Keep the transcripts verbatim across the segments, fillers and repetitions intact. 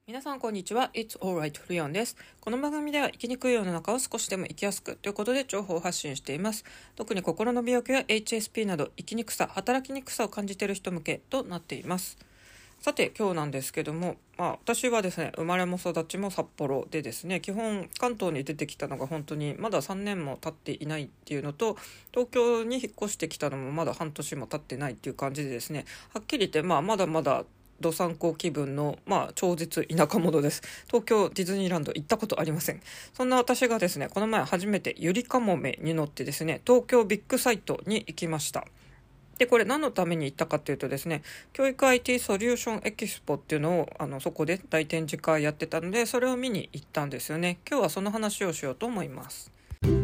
皆さんこんにちは。 It's alright リオンです。この番組では生きにくい世の中を少しでも生きやすくということで情報を発信しています。特に心の病気や エイチエスピー など生きにくさ、働きにくさを感じている人向けとなっています。さて今日なんですけども、まあ、私はですね生まれも育ちも札幌でですね、基本関東に出てきたのが本当にまださんねんも経っていないっていうのと、東京に引っ越してきたのもまだ半年も経ってないっていう感じでですね、はっきり言って、まあ、まだまだどさんこ気分の、まあ、超絶田舎者です。東京ディズニーランド行ったことありません。そんな私がですね、この前初めてゆりかもめに乗ってですね、東京ビッグサイトに行きました。でこれ何のために行ったかというとですね、教育 アイティー ソリューションエキスポっていうのをあのそこで大展示会やってたので、それを見に行ったんですよね。今日はその話をしようと思います。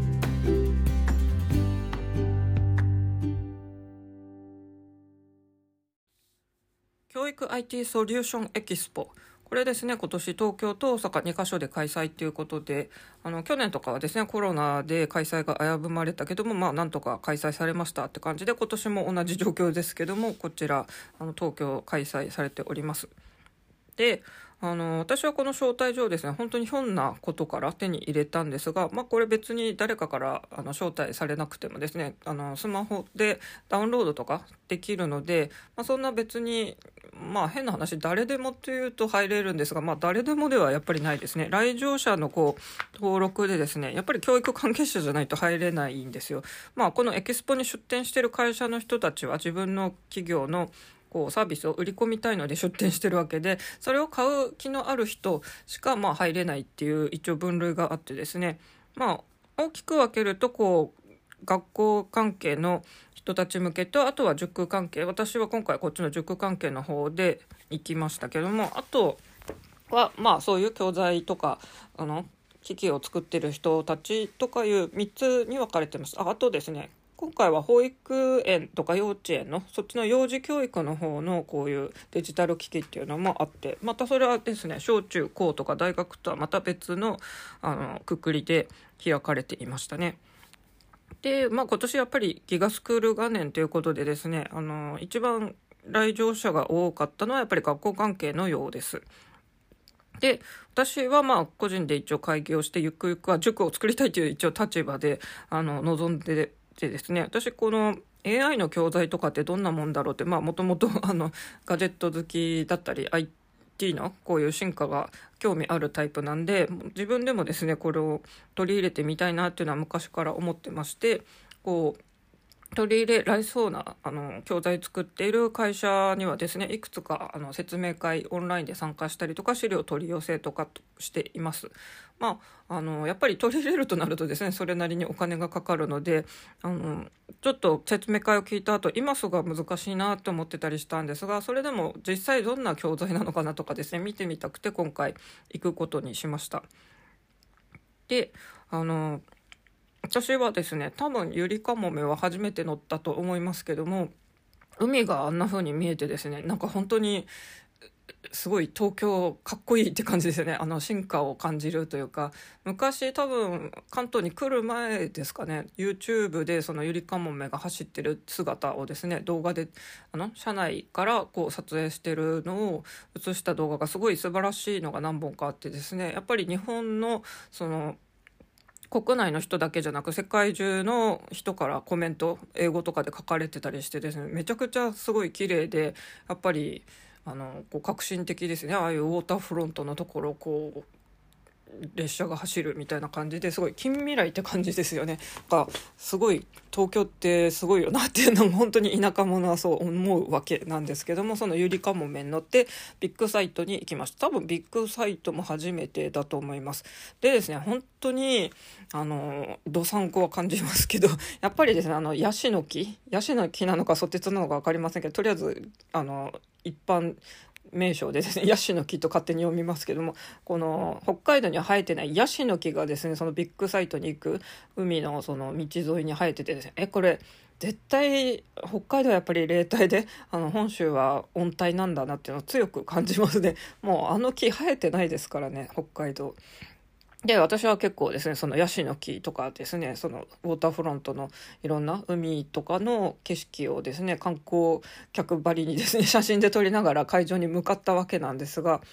教育 アイティー ソリューションエキスポ、これですね、今年東京と大阪にカ所で開催ということで、あの去年とかはですねコロナで開催が危ぶまれたけども、まあなんとか開催されましたって感じで、今年も同じ状況ですけども、こちらあの東京開催されております。であの私はこの招待状をですね、本当にひょんなことから手に入れたんですが、まあ、これ別に誰かからあの招待されなくてもですね、あのスマホでダウンロードとかできるので、まあ、そんな別に、まあ、変な話誰でもというと入れるんですが、まあ、誰でもではやっぱりないですね。来場者のこう登録でですね、やっぱり教育関係者じゃないと入れないんですよ。まあ、このエキスポに出展している会社の人たちは自分の企業のこうサービスを売り込みたいので出店してるわけで、それを買う気のある人しかまあ入れないっていう一応分類があってですね、まあ大きく分けるとこう学校関係の人たち向けと、あとは塾関係、私は今回こっちの塾関係の方で行きましたけども、あとはまあそういう教材とかあの機器を作ってる人たちとかいうみっつに分かれてます。あ、あとですね、今回は保育園とか幼稚園のそっちの幼児教育の方のこういうデジタル機器っていうのもあって、またそれはですね小中高とか大学とはまた別のあのくくりで開かれていましたね。で、まあ、今年やっぱりギガスクール元年ということでですね、あの一番来場者が多かったのはやっぱり学校関係のようです。で私はまあ個人で一応会議をして、ゆくゆくは塾を作りたいという一応立場であの望んでてですね、私この エーアイ の教材とかってどんなもんだろうって、まあもともとあのガジェット好きだったり アイティー のこういう進化が興味あるタイプなんで、自分でもですねこれを取り入れてみたいなっていうのは昔から思ってまして、こう取り入れられそうなあの教材作っている会社にはですね、いくつかあの説明会オンラインで参加したりとか、資料取り寄せとかしています。まあ、あのやっぱり取り入れるとなるとですね、それなりにお金がかかるので、あのちょっと説明会を聞いた後、今すぐは難しいなと思ってたりしたんですが、それでも実際どんな教材なのかなとかですね見てみたくて今回行くことにしました。であの私はですね、多分ゆりかもめは初めて乗ったと思いますけども、海があんな風に見えてですね、なんか本当にすごい東京かっこいいって感じですよね。あの進化を感じるというか、昔多分関東に来る前ですかね、 YouTube でそのゆりかもめが走ってる姿をですね動画であの車内からこう撮影してるのを映した動画がすごい素晴らしいのが何本かあってですね、やっぱり日本のその国内の人だけじゃなく世界中の人からコメント英語とかで書かれてたりしてですね、めちゃくちゃすごい綺麗で、やっぱりあのこう革新的ですね。ああいうウォーターフロントのところをこう列車が走るみたいな感じで、すごい近未来って感じですよね。がすごい東京ってすごいよなっていうのも本当に田舎者はそう思うわけなんですけども、そのゆりかもめに乗ってビッグサイトに行きました。多分ビッグサイトも初めてだと思います。でですね、本当にあのどさんこは感じますけど、やっぱりですね、あのヤシの木ヤシの木なのかソテツなのか分かりませんけど、とりあえずあの一般名称でですね、ヤシの木と勝手に読みますけども、この北海道には生えてないヤシの木がですね、そのビッグサイトに行く海のその道沿いに生えててですね、えこれ絶対北海道はやっぱり冷帯で、あの本州は温帯なんだなっていうのを強く感じますね。もうあの木生えてないですからね、北海道で。私は結構ですね、そのヤシの木とかですね、そのウォーターフロントのいろんな海とかの景色をですね、観光客ばりにですね写真で撮りながら会場に向かったわけなんですが、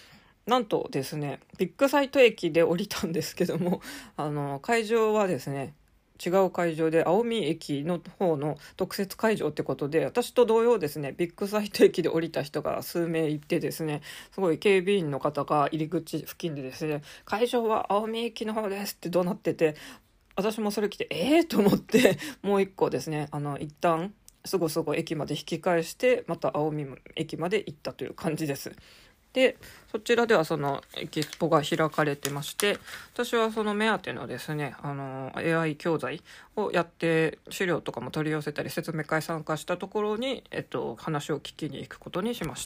なんとですねビッグサイト駅で降りたんですけども、あの会場はですね違う会場で青海駅の方の特設会場ってことで、私と同様ですねビッグサイト駅で降りた人が数名いてですね、すごい警備員の方が入り口付近でですね、会場は青海駅の方ですって怒鳴ってて、私もそれ来てえーと思ってもう一個ですねあの一旦すごすご駅まで引き返してまた青海駅まで行ったという感じです。でそちらではそのエキスポが開かれてまして、私はその目当てのですねあの エーアイ 教材をやって資料とかも取り寄せたり説明会参加したところに、えっと、話を聞きに行くことにしました。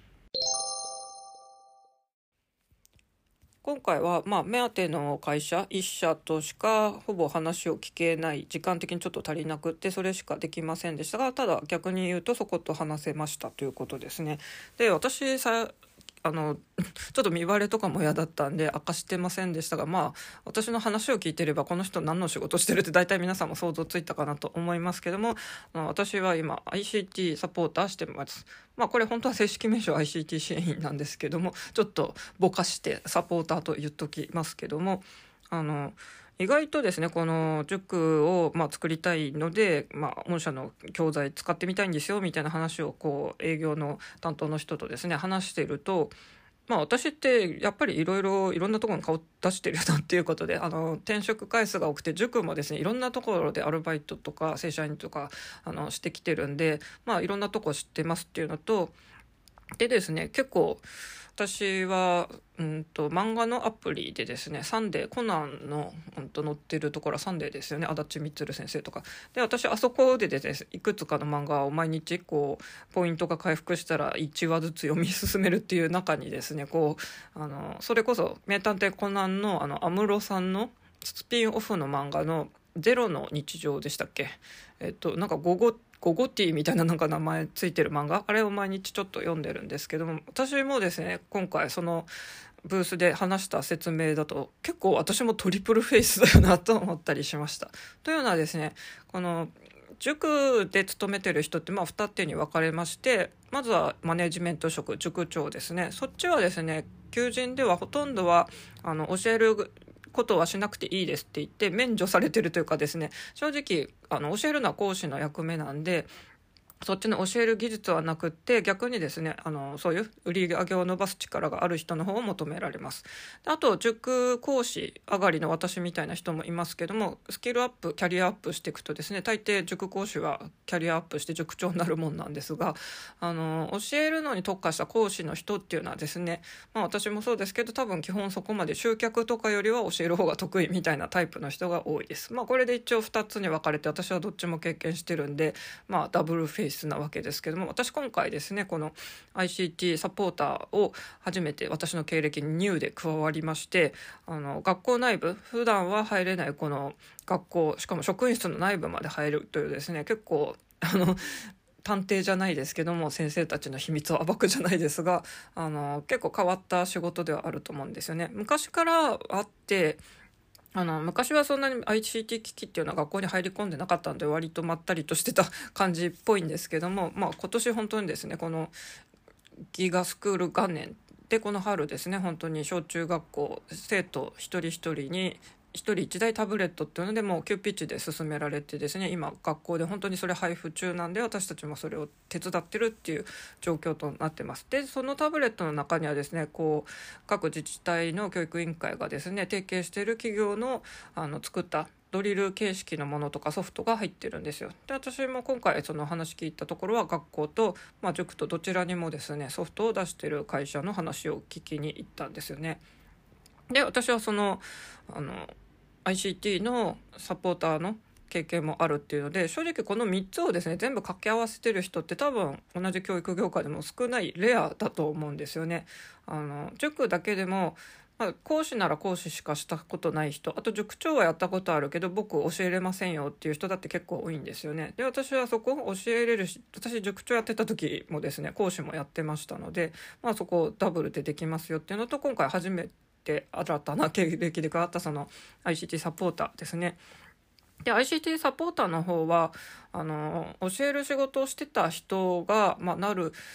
今回はまあ目当ての会社いっ社としかほぼ話を聞けない、時間的にちょっと足りなくってそれしかできませんでしたが、ただ逆に言うとそこと話せましたということですね。で私さあのちょっと見バレとかも嫌だったんで明かしてませんでしたが、まあ私の話を聞いてればこの人何の仕事してるって大体皆さんも想像ついたかなと思いますけども、あの私は今 アイシーティー サポーターしてます。まあこれ本当は正式名称 アイシーティー 支援員なんですけども、ちょっとぼかしてサポーターと言っときますけども、あの意外とですねこの塾をまあ作りたいので、まあ、御社の教材使ってみたいんですよみたいな話をこう営業の担当の人とですね話していると、まあ、私ってやっぱりいろいろいろんなところに顔出してるなっていうことで、あの転職回数が多くて塾もですねいろんなところでアルバイトとか正社員とかあのしてきてるんで、まあ、いろんなとこ知ってますっていうのと、でですね結構私は、うんと、漫画のアプリでですねサンデーコナンの、うん、と載ってるところはサンデーですよね、足立満先生とかで、私あそこでですねいくつかの漫画を毎日こうポイントが回復したらいちわずつ読み進めるっていう中にですね、こうあのそれこそ名探偵コナンのあの安室さんのスピンオフの漫画のゼロの日常でしたっけ、えっとなんか午後ゴゴティみたいななんか名前ついてる漫画、あれを毎日ちょっと読んでるんですけども、私もですね今回そのブースで話した説明だと結構私もトリプルフェイスだよなと思ったりしました。というのはですね、この塾で勤めてる人ってまあ二手に分かれまして、まずはマネジメント職塾長ですね、そっちはですね求人ではほとんどはあの教えることはしなくていいですって言って免除されてるというかですね、正直あの教えるのは講師の役目なんで、そっちの教える技術はなくって逆にですねあのそういう売り上げを伸ばす力がある人の方を求められます。であと塾講師上がりの私みたいな人もいますけども、スキルアップキャリアアップしていくとですね大抵塾講師はキャリアアップして塾長になるもんなんですが、あの教えるのに特化した講師の人っていうのはですね、まあ、私もそうですけど多分基本そこまで集客とかよりは教える方が得意みたいなタイプの人が多いです。まあこれで一応ふたつに分かれて私はどっちも経験してるんで、まあダブルフェイスなわけですけども、私今回ですねこの アイシーティー サポーターを初めて私の経歴にニューで加わりまして、あの学校内部普段は入れないこの学校、しかも職員室の内部まで入るというですね結構あの探偵じゃないですけども先生たちの秘密を暴くじゃないですが、あの結構変わった仕事ではあると思うんですよね。昔からあってあの昔はそんなに アイシーティー 機器っていうのは学校に入り込んでなかったんで割とまったりとしてた感じっぽいんですけども、まあ、今年本当にですねこのギガスクール元年でこの春ですね本当に小中学校生徒一人一人に一人一台タブレットっていうのでもう急ピッチで進められてですね、今学校で本当にそれ配布中なんで私たちもそれを手伝ってるっていう状況となってます。でそのタブレットの中にはですねこう各自治体の教育委員会がですね提携している企業のあの作ったドリル形式のものとかソフトが入ってるんですよ。で私も今回その話聞いたところは学校と、まあ、塾とどちらにもですねソフトを出してる会社の話を聞きに行ったんですよね。で私はそのあの アイシーティー のサポーターの経験もあるっていうので、正直このみっつをですね全部掛け合わせてる人って多分同じ教育業界でも少ないレアだと思うんですよね。あの塾だけでもまあ、講師なら講師しかしたことない人、あと塾長はやったことあるけど僕教えれませんよっていう人だって結構多いんですよね。で私はそこ教えれるし、私塾長やってた時もですね講師もやってましたので、まあ、そこダブルでできますよっていうのと、今回初めて新たな経歴で変わったその アイシーティー サポーターですね。で アイシーティー サポーターの方はあの教える仕事をしてた人が、まあ、なる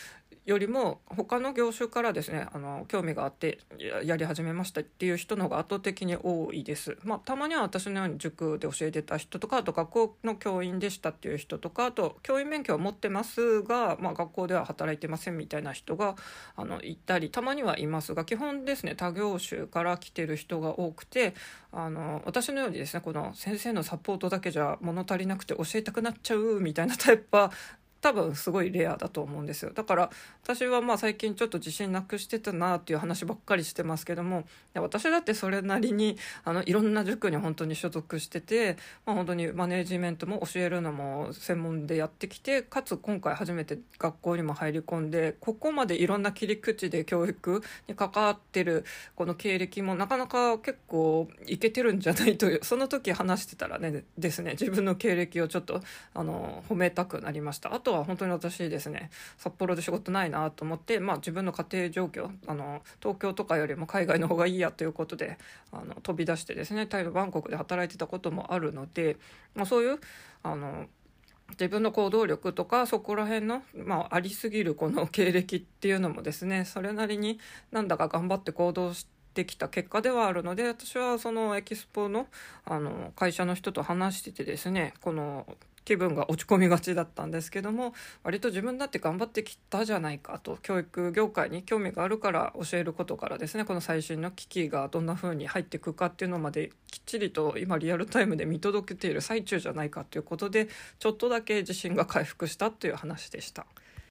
よりも他の業種からですねあの興味があってややり始めましたっていう人の方が圧倒的に多いです。まあ、たまには私のように塾で教えてた人とか、あと学校の教員でしたっていう人とか、あと教員免許を持ってますが、まあ、学校では働いてませんみたいな人があのいたりたまにはいますが、基本ですね他業種から来てる人が多くて、あの私のようにですねこの先生のサポートだけじゃ物足りなくて教えたくなっちゃうみたいなタイプは多分すごいレアだと思うんですよ。だから私はまあ最近ちょっと自信なくしてたなっていう話ばっかりしてますけども、いや私だってそれなりにあのいろんな塾に本当に所属してて、まあ、本当にマネージメントも教えるのも専門でやってきて、かつ今回初めて学校にも入り込んで、ここまでいろんな切り口で教育に関わってるこの経歴もなかなか結構いけてるんじゃないという、その時話してたらねですね自分の経歴をちょっとあの褒めたくなりました。あとは本当に私ですね札幌で仕事ないなと思って、まあ、自分の家庭状況あの東京とかよりも海外の方がいいやということであの飛び出してですねタイのバンコクで働いてたこともあるので、まあ、そういうあの自分の行動力とかそこら辺の、まあ、ありすぎるこの経歴っていうのもですねそれなりになんだか頑張って行動してきた結果ではあるので、私はそのエキスポの、あの会社の人と話しててですねこの気分が落ち込みがちだったんですけども、割と自分だって頑張ってきたじゃないかと、教育業界に興味があるから教えることからですねこの最新の機器がどんな風に入っていくかっていうのまできっちりと今リアルタイムで見届けている最中じゃないかということで、ちょっとだけ自信が回復したという話でした。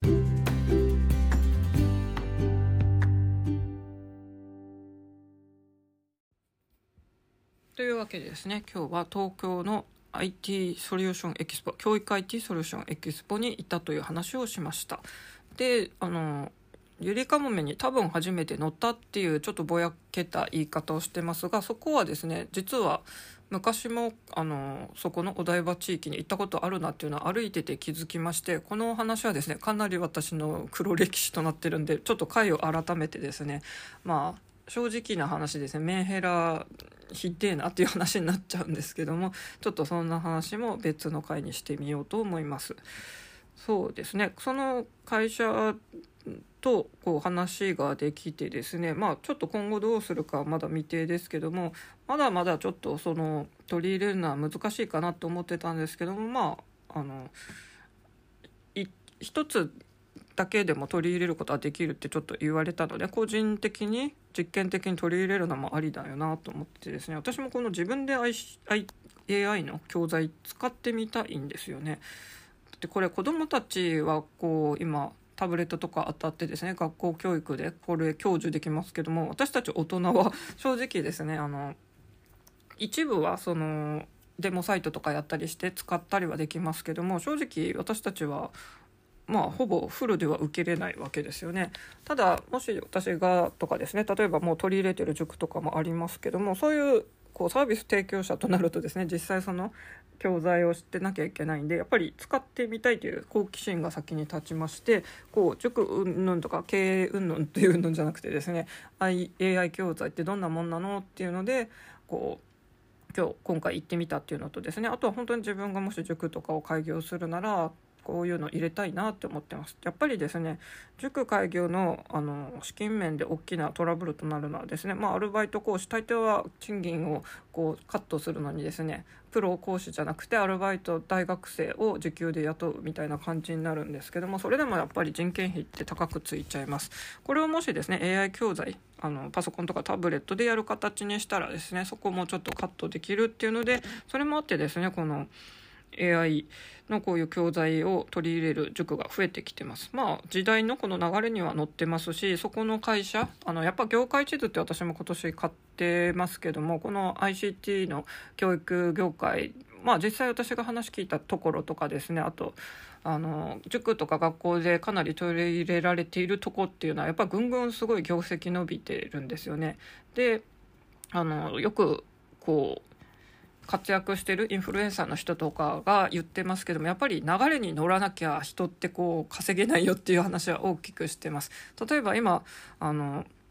というわけでですね今日は東京のアイティー ソリューションエキスポ、教育 アイティー ソリューションエキスポに行ったという話をしました。で、あのゆりかもめに多分初めて乗ったっていうちょっとぼやけた言い方をしてますが、そこはですね実は昔もあのそこのお台場地域に行ったことあるなっていうのは歩いてて気づきまして、この話はですねかなり私の黒歴史となってるんで、ちょっと回を改めてですね、まあ正直な話ですねメンヘラひでえなっていう話になっちゃうんですけども、ちょっとそんな話も別の回にしてみようと思います。そうですねその会社とこう話ができてですね、まあちょっと今後どうするかはまだ未定ですけども、まだまだちょっとその取り入れるのは難しいかなと思ってたんですけども、まああのい一つだけでも取り入れることはできるってちょっと言われたので、個人的に実験的に取り入れるのもありだよなと思ってですね、私もこの自分で エーアイ の教材使ってみたいんですよね。でこれ子どもたちはこう今タブレットとか当たってですね学校教育でこれ享受できますけども、私たち大人は正直ですねあの一部はそのデモサイトとかやったりして使ったりはできますけども、正直私たちはまあほぼフルでは受けれないわけですよね。ただもし私がとかですね例えばもう取り入れてる塾とかもありますけども、そういうこうサービス提供者となるとですね実際その教材を知ってなきゃいけないんで、やっぱり使ってみたいという好奇心が先に立ちまして、こう塾うんぬんとか経営うんぬんというのじゃなくてですね エーアイ 教材ってどんなもんなのっていうのでこう今日今回行ってみたっていうのとですね、あとは本当に自分がもし塾とかを開業するならこういうの入れたいなって思ってます。やっぱりですね塾開業 の, あの資金面で大きなトラブルとなるのはですね、まあ、アルバイト講師大抵は賃金をこうカットするのにですねプロ講師じゃなくてアルバイト大学生を時給で雇うみたいな感じになるんですけども、それでもやっぱり人件費って高くついちゃいます。これをもしですね エーアイ 教材あのパソコンとかタブレットでやる形にしたらですねそこもちょっとカットできるっていうので、それもあってですねこのエーアイ のこういう教材を取り入れる塾が増えてきてます。まあ時代のこの流れには乗ってますし、そこの会社あのやっぱ業界地図って私も今年買ってますけども、この アイシーティー の教育業界、まあ実際私が話聞いたところとかですね、あとあの塾とか学校でかなり取り入れられているとこっていうのはやっぱぐんぐんすごい業績伸びてるんですよね。であのよくこう活躍してるインフルエンサーの人とかが言ってますけども、やっぱり流れに乗らなきゃ人ってこう稼げないよっていう話は大きくしてます。例えば今あの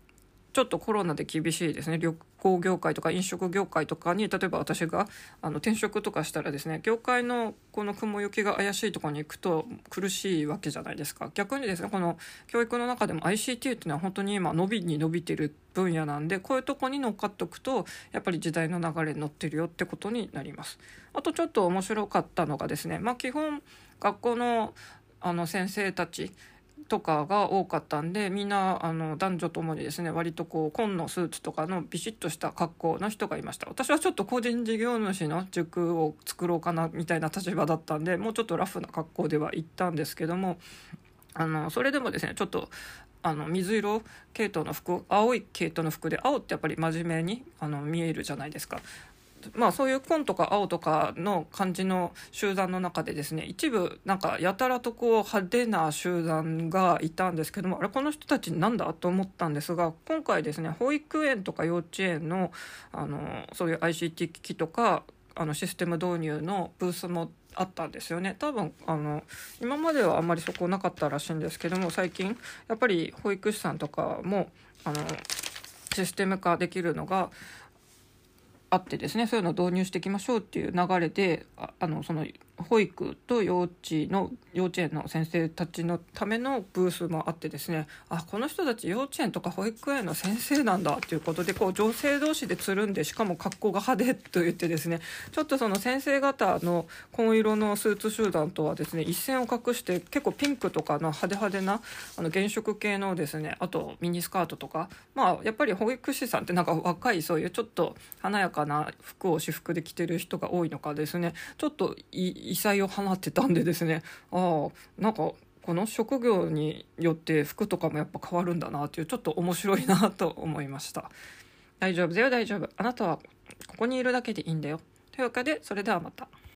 ちょっとコロナで厳しいですね旅行業界とか飲食業界とかに、例えば私があの転職とかしたらですね、業界のこの雲行きが怪しいところに行くと苦しいわけじゃないですか。逆にですね、この教育の中でも アイシーティー っていうのは本当に今伸びに伸びてる分野なんで、こういうとこに乗っかっておくとやっぱり時代の流れに乗ってるよってことになります。あとちょっと面白かったのがですね、まあ基本学校のあの先生たちとかが多かったんで、みんなあの男女ともにですね割とこう紺のスーツとかのビシッとした格好の人がいました。私はちょっと個人事業主の塾を作ろうかなみたいな立場だったんで、もうちょっとラフな格好では行ったんですけども、あのそれでもですねちょっとあの水色系統の服、青い系統の服で、青ってやっぱり真面目にあの見えるじゃないですか。まあそういう紺とか青とかの感じの集団の中でですね、一部なんかやたらとこう派手な集団がいたんですけども、あれこの人たちなんだと思ったんですが、今回ですね保育園とか幼稚園の、あのそういう アイシーティー 機器とかあのシステム導入のブースもあったんですよね。多分あの今まではあんまりそこなかったらしいんですけども、最近やっぱり保育士さんとかもあのシステム化できるのがあってですね、そういうのを導入していきましょうっていう流れで、ああのその保育と幼稚の幼稚園の先生たちのためのブースもあってですね、あこの人たち幼稚園とか保育園の先生なんだということで、こう女性同士でつるんで、しかも格好が派手と言ってですね、ちょっとその先生方の紺色のスーツ集団とはですね一線を画して、結構ピンクとかの派手派手なあの原色系のですね、あとミニスカートとか、まあやっぱり保育士さんってなんか若いそういうちょっと華やかな服を私服で着てる人が多いのかですね、ちょっと異彩を放ってたんでですね、ああなんかこの職業によって服とかもやっぱ変わるんだなっていう、ちょっと面白いなと思いました。大丈夫だよ大丈夫、あなたはここにいるだけでいいんだよというわけで、それではまた。